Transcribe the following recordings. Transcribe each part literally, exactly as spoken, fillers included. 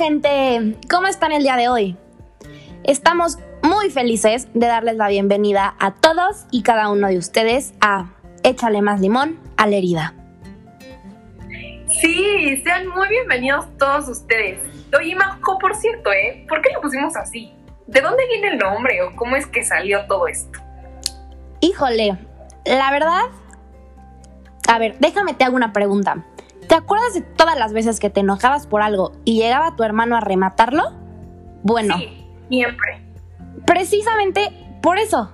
gente, ¿cómo están el día de hoy? Estamos muy felices de darles la bienvenida a todos y cada uno de ustedes a Échale Más Limón a la Herida. Sí, sean muy bienvenidos todos ustedes. Oye, Majo, por cierto, ¿eh? ¿Por qué lo pusimos así? ¿De dónde viene el nombre o cómo es que salió todo esto? Híjole, la verdad... A ver, déjame te hago una pregunta. ¿Te acuerdas de todas las veces que te enojabas por algo y llegaba tu hermano a rematarlo? Bueno. Sí, siempre. Precisamente por eso.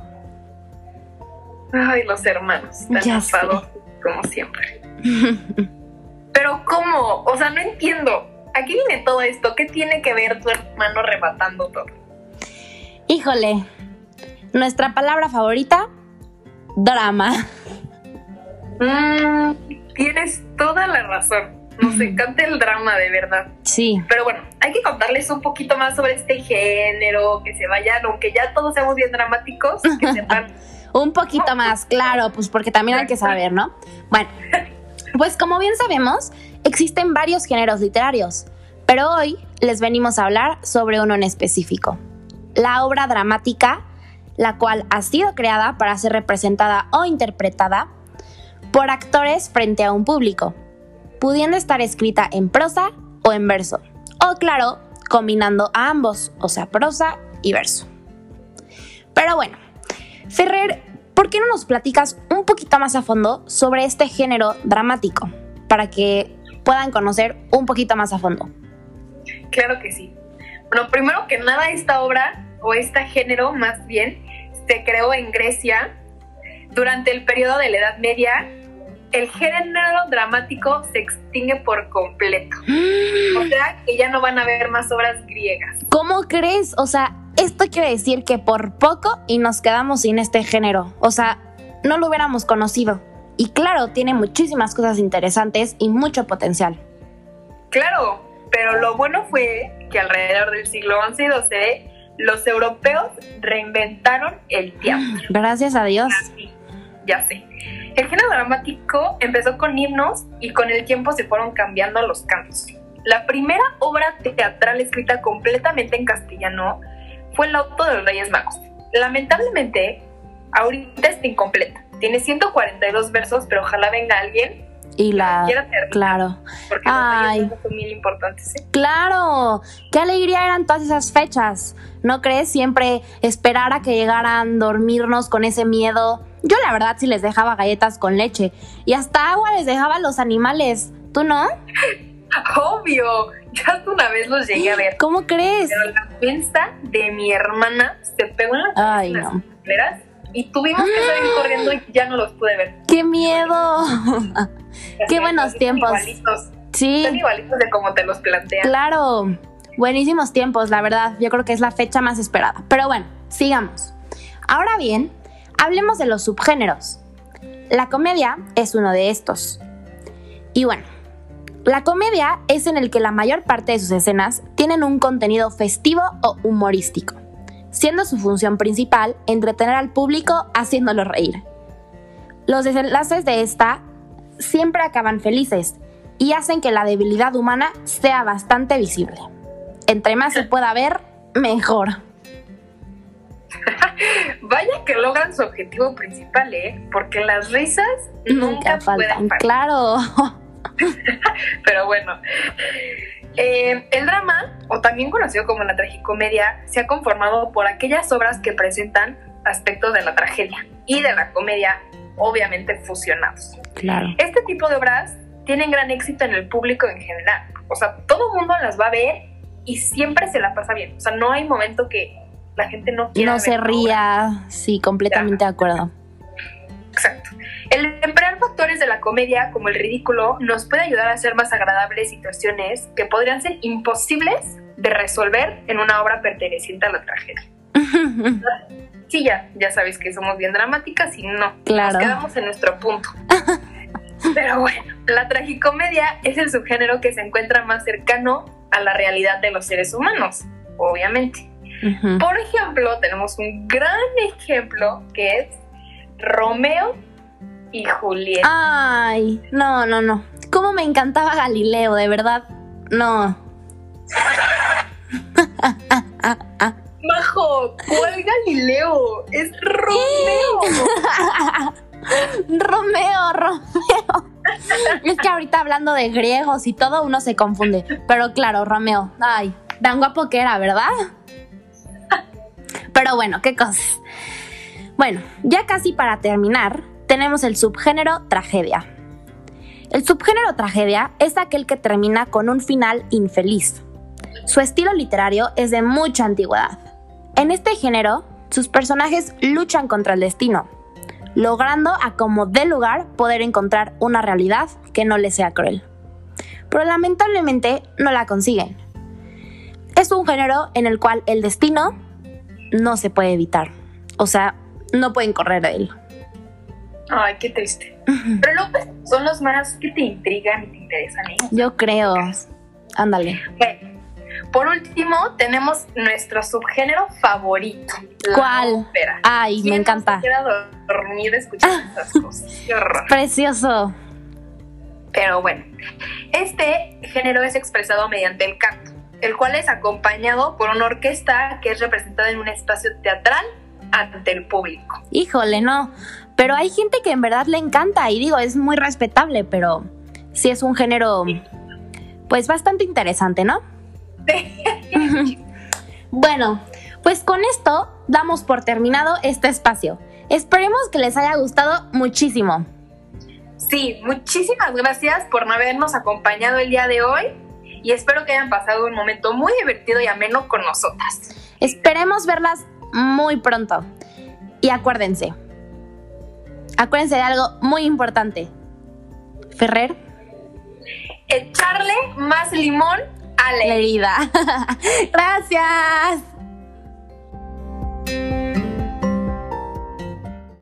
Ay, los hermanos, tan Ya sé. enfados como siempre. Pero ¿cómo? O sea, no entiendo. ¿A qué viene todo esto? ¿Qué tiene que ver tu hermano rematando todo? Híjole, nuestra palabra favorita, drama. Mm, tienes toda la razón. Nos encanta el drama, de verdad. Sí. Pero bueno, hay que contarles un poquito más sobre este género, que se vayan, aunque ya todos seamos bien dramáticos, que sepan. Un poquito más, claro, pues porque también hay que saber, ¿no? Bueno, pues como bien sabemos, existen varios géneros literarios, pero hoy les venimos a hablar sobre uno en específico. La obra dramática, la cual ha sido creada para ser representada o interpretada por actores frente a un público, pudiendo estar escrita en prosa o en verso, o claro, combinando a ambos, o sea, prosa y verso. Pero bueno, Ferrer, ¿por qué no nos platicas un poquito más a fondo sobre este género dramático, para que puedan conocer un poquito más a fondo? Claro que sí. Bueno, primero que nada, esta obra, o este género más bien, se creó en Grecia durante el periodo de la Edad Media. El género dramático se extingue por completo. O sea, que ya no van a haber más obras griegas. ¿Cómo crees? O sea, esto quiere decir que por poco y nos quedamos sin este género. O sea, no lo hubiéramos conocido. Y claro, tiene muchísimas cosas interesantes y mucho potencial. Claro, pero lo bueno fue que alrededor del siglo once y doce, los europeos reinventaron el teatro. Gracias a Dios. Así, ya sé. El género dramático empezó con himnos y con el tiempo se fueron cambiando los cantos. La primera obra teatral escrita completamente en castellano fue El Auto de los Reyes Magos. Lamentablemente, ahorita está incompleta. Tiene ciento cuarenta y dos versos, pero ojalá venga alguien Y la... quiera terminar. Claro. Porque Ay. los reyes son muy importantes, ¿eh? ¡Claro! ¡Qué alegría eran todas esas fechas! ¿No crees? Siempre esperar a que llegaran, dormirnos con ese miedo. Yo la verdad sí les dejaba galletas con leche. Y hasta agua les dejaba a los animales. ¿Tú no? Obvio, ya una vez los llegué a ver. ¿Cómo crees? Pero la defensa de mi hermana se pegó en las Ay, las no. escaleras y tuvimos que salir corriendo y ya no los pude ver. ¡Qué miedo! ¡Qué Así, buenos así, tiempos! Igualitos. Sí, Son igualitos de como te los plantean. claro. Buenísimos tiempos, la verdad. Yo creo que es la fecha más esperada. Pero bueno, sigamos. Ahora bien, hablemos de los subgéneros. La comedia es uno de estos. Y bueno, la comedia es en el que la mayor parte de sus escenas tienen un contenido festivo o humorístico, siendo su función principal entretener al público haciéndolo reír. Los desenlaces de esta siempre acaban felices y hacen que la debilidad humana sea bastante visible. Entre más se pueda ver, mejor. Vaya que logran su objetivo principal, ¿eh? Porque las risas nunca, Nunca faltan, pueden faltar. claro. Pero bueno, eh, el drama, o también conocido como la tragicomedia, se ha conformado por aquellas obras que presentan aspectos de la tragedia y de la comedia, obviamente fusionados. Claro. Este tipo de obras tienen gran éxito en el público en general. O sea, todo el mundo las va a ver y siempre se la pasa bien. O sea, no hay momento que la gente no quiera No ver se la obra. ría, sí, completamente de acuerdo. Exacto. El emplear factores de la comedia como el ridículo nos puede ayudar a hacer más agradables situaciones que podrían ser imposibles de resolver en una obra perteneciente a la tragedia. Sí, ya, ya sabéis que somos bien dramáticas y no, Claro. nos quedamos en nuestro punto. Pero bueno, la tragicomedia es el subgénero que se encuentra más cercano a la realidad de los seres humanos, obviamente. Ujú. Por ejemplo, tenemos un gran ejemplo que es Romeo y Julieta. Ay, no, no, no. Cómo me encantaba Galileo, de verdad. No. Majo, ¿cuál Galileo? Es Romeo. Romeo, Romeo. Es que ahorita hablando de griegos y todo uno se confunde. Pero claro, Romeo. Ay, tan guapo que era, ¿verdad? Pero bueno, qué cosas. Bueno, ya casi para terminar, tenemos el subgénero tragedia. El subgénero tragedia es aquel que termina con un final infeliz. Su estilo literario es de mucha antigüedad. En este género, sus personajes luchan contra el destino, logrando a como dé lugar poder encontrar una realidad que no les sea cruel. Pero lamentablemente no la consiguen. Es un género en el cual el destino no se puede evitar. O sea, no pueden correr de él. Ay, qué triste. Pero luego pues, son los más que te intrigan y te interesan. ¿eh? Yo creo. Ándale. Bueno, por último, tenemos nuestro subgénero favorito. La ¿Cuál? ópera. Ay, me encanta. No se queda dormida escuchando esas cosas. Qué horror. Precioso. Pero bueno, este género es expresado mediante el canto, el cual es acompañado por una orquesta que es representada en un espacio teatral ante el público. Híjole, no. Pero hay gente que en verdad le encanta y digo, es muy respetable, pero sí es un género, pues bastante interesante, ¿no? Bueno, pues con esto damos por terminado este espacio. Esperemos que les haya gustado muchísimo. Sí, muchísimas gracias por habernos acompañado el día de hoy y espero que hayan pasado un momento muy divertido y ameno con nosotras. Esperemos verlas muy pronto. Y acuérdense, acuérdense de algo muy importante. Ferrer, echarle más limón a la herida. Gracias.